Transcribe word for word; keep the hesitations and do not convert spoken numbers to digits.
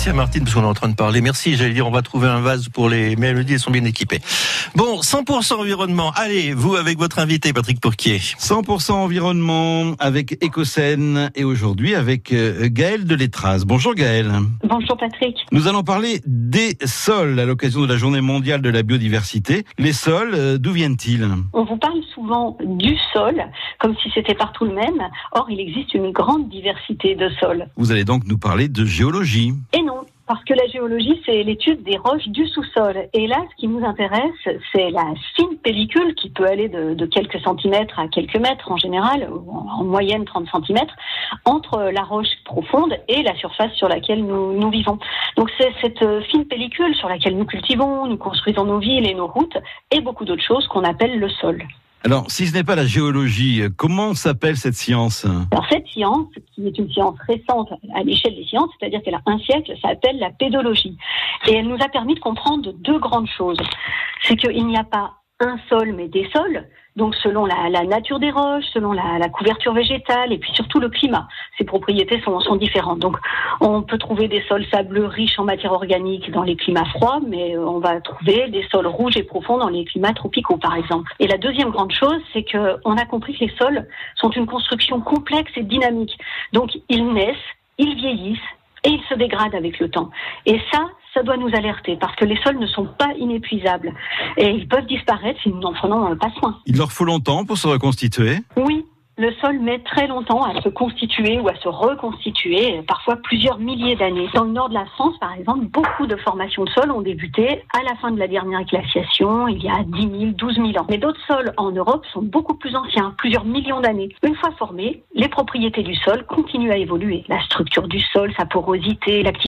merci à Martine, parce qu'on est en train de parler. Merci, j'allais dire, on va trouver un vase pour les mélodies, elles sont bien équipées. Bon, cent pour cent environnement. Allez, vous avec votre invité, Patrick Pourquier. cent pour cent environnement avec Ecocène et aujourd'hui avec Gaëlle de Letraz. Bonjour Gaëlle. Bonjour Patrick. Nous allons parler des sols à l'occasion de la Journée mondiale de la biodiversité. Les sols, d'où viennent-ils ? On vous parle souvent du sol, comme si c'était partout le même. Or, il existe une grande diversité de sols. Vous allez donc nous parler de géologie. Et non, parce que la géologie, c'est l'étude des roches du sous-sol. Et là, ce qui nous intéresse, c'est la fine pellicule qui peut aller de, de quelques centimètres à quelques mètres en général, en moyenne trente centimètres, entre la roche profonde et la surface sur laquelle nous, nous vivons. Donc c'est cette fine pellicule sur laquelle nous cultivons, nous construisons nos villes et nos routes, et beaucoup d'autres choses qu'on appelle le sol. Alors, si ce n'est pas la géologie, comment s'appelle cette science ? Alors, cette science, qui est une science récente à l'échelle des sciences, c'est-à-dire qu'elle a un siècle, s'appelle la pédologie. Et elle nous a permis de comprendre deux grandes choses. C'est qu'il n'y a pas un sol, mais des sols, donc selon la, la nature des roches, selon la, la couverture végétale et puis surtout le climat. Ces propriétés sont, sont différentes. Donc on peut trouver des sols sableux riches en matière organique dans les climats froids, mais on va trouver des sols rouges et profonds dans les climats tropicaux par exemple. Et la deuxième grande chose, c'est qu'on a compris que les sols sont une construction complexe et dynamique. Donc ils naissent, ils vieillissent et ils se dégradent avec le temps. Et ça, ça doit nous alerter parce que les sols ne sont pas inépuisables et ils peuvent disparaître si nous n'en prenons pas soin. Il leur faut longtemps pour se reconstituer ? Oui. Le sol met très longtemps à se constituer ou à se reconstituer, parfois plusieurs milliers d'années. Dans le nord de la France, par exemple, beaucoup de formations de sol ont débuté à la fin de la dernière glaciation, il y a dix mille, douze mille ans. Mais d'autres sols en Europe sont beaucoup plus anciens, plusieurs millions d'années. Une fois formés, les propriétés du sol continuent à évoluer. La structure du sol, sa porosité, l'activité